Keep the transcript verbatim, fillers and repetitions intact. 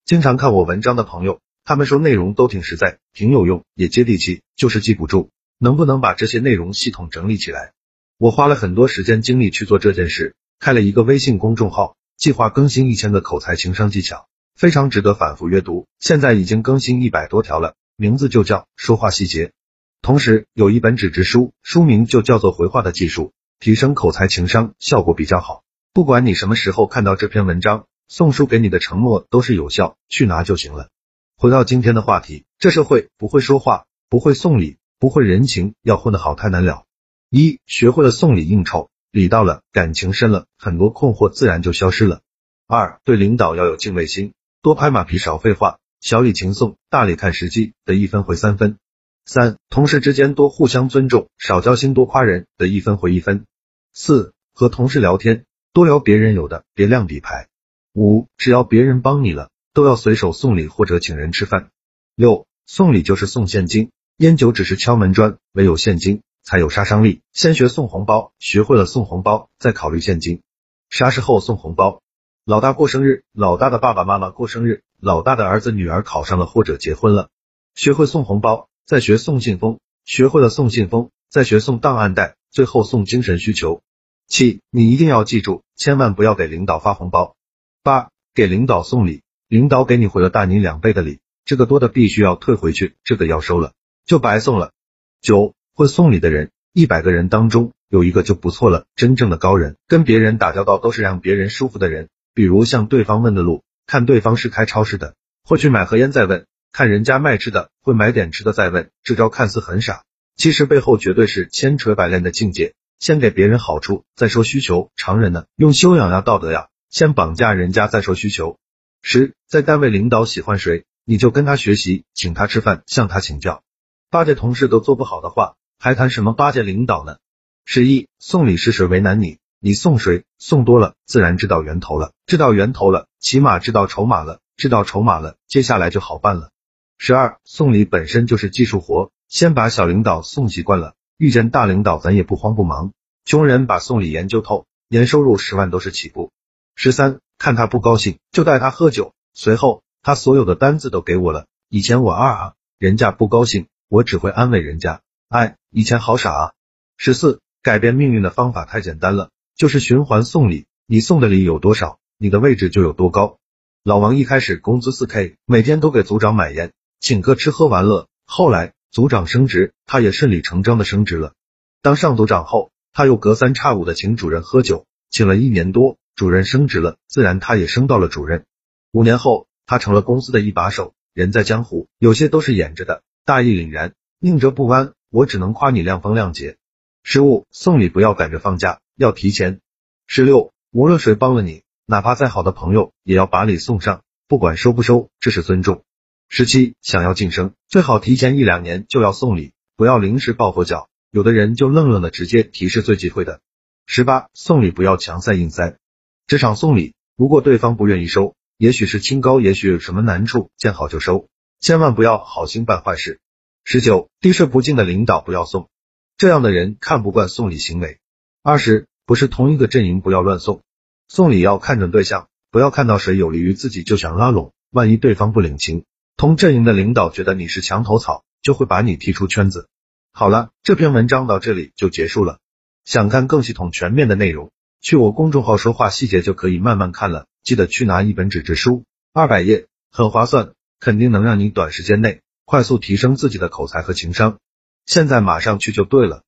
经常看我文章的朋友，他们说内容都挺实在，挺有用，也接地气，就是记不住。能不能把这些内容系统整理起来？我花了很多时间精力去做这件事，开了一个微信公众号，计划更新一千个口才情商技巧，非常值得反复阅读。现在已经更新一百多条了，名字就叫说话细节。同时有一本纸质书，书名就叫做回话的技术，提升口才情商，效果比较好。不管你什么时候看到这篇文章，送书给你的承诺都是有效，去拿就行了。回到今天的话题，这社会不会说话，不会送礼，不会人情，要混得好太难了。一，学会了送礼应酬，礼到了，感情深了，很多困惑自然就消失了。二，对领导要有敬畏心，多拍马屁少废话，小礼轻送，大礼看时机，得一分回三分。三，同事之间多互相尊重，少交心多夸人，得一分回一分。四，和同事聊天，多聊别人有的，别亮底牌。五，只要别人帮你了，都要随手送礼或者请人吃饭。六，送礼就是送现金，烟酒只是敲门砖，唯有现金才有杀伤力。先学送红包，学会了送红包，再考虑现金。啥时候送红包？老大过生日，老大的爸爸妈妈过生日，老大的儿子女儿考上了或者结婚了。学会送红包，再学送信封，学会了送信封，再学送档案袋，最后送精神需求。七，你一定要记住，千万不要给领导发红包。八，给领导送礼，领导给你回了大你两倍的礼，这个多的必须要退回去，这个要收了就白送了。九，会送礼的人，一百个人当中有一个就不错了，真正的高人，跟别人打交道都是让别人舒服的人，比如向对方问的路，看对方是开超市的，会去买盒烟再问，看人家卖吃的，会买点吃的再问，这招看似很傻，其实背后绝对是千锤百炼的境界，先给别人好处，再说需求，常人呢，用修养呀道德呀，先绑架人家再说需求。十，在单位领导喜欢谁，你就跟他学习，请他吃饭，向他请教。巴结同事都做不好的话，还谈什么巴结领导呢？十一，送礼是谁为难你，你送谁，送多了，自然知道源头了，知道源头了，起码知道筹码了，知道筹码了，接下来就好办了。十二，送礼本身就是技术活，先把小领导送习惯了，遇见大领导咱也不慌不忙。穷人把送礼研究透，年收入十万都是起步。十三，看他不高兴，就带他喝酒，随后他所有的单子都给我了，以前我二啊，人家不高兴，我只会安慰人家，哎，以前好傻啊。十四，改变命运的方法太简单了，就是循环送礼，你送的礼有多少，你的位置就有多高。老王一开始工资 四 K， 每天都给组长买烟，请客吃喝玩乐，后来组长升职，他也顺理成章的升职了。当上组长后，他又隔三差五的请主任喝酒，请了一年多，主任升职了，自然他也升到了主任。五年后，他成了公司的一把手，人在江湖，有些都是演着的，大义凛然，宁折不弯，我只能夸你亮风亮节。十五，送礼不要赶着放假，要提前。十六，无论谁帮了你，哪怕再好的朋友，也要把礼送上，不管收不收，这是尊重。十七，想要晋升，最好提前一两年就要送礼，不要临时抱佛脚，有的人就愣愣的直接提是最忌讳的。十八，送礼不要强塞硬塞，职场送礼，如果对方不愿意收，也许是清高，也许有什么难处，见好就收，千万不要好心办坏事。十九，低税不进的领导不要送，这样的人看不惯送礼行为。二十，不是同一个阵营不要乱送，送礼要看准对象，不要看到谁有利于自己就想拉拢，万一对方不领情，同阵营的领导觉得你是墙头草，就会把你踢出圈子。好了，这篇文章到这里就结束了。想看更系统全面的内容，去我公众号说话细节就可以慢慢看了，记得去拿一本纸质书，二百页，很划算，肯定能让你短时间内快速提升自己的口才和情商。现在马上去就对了。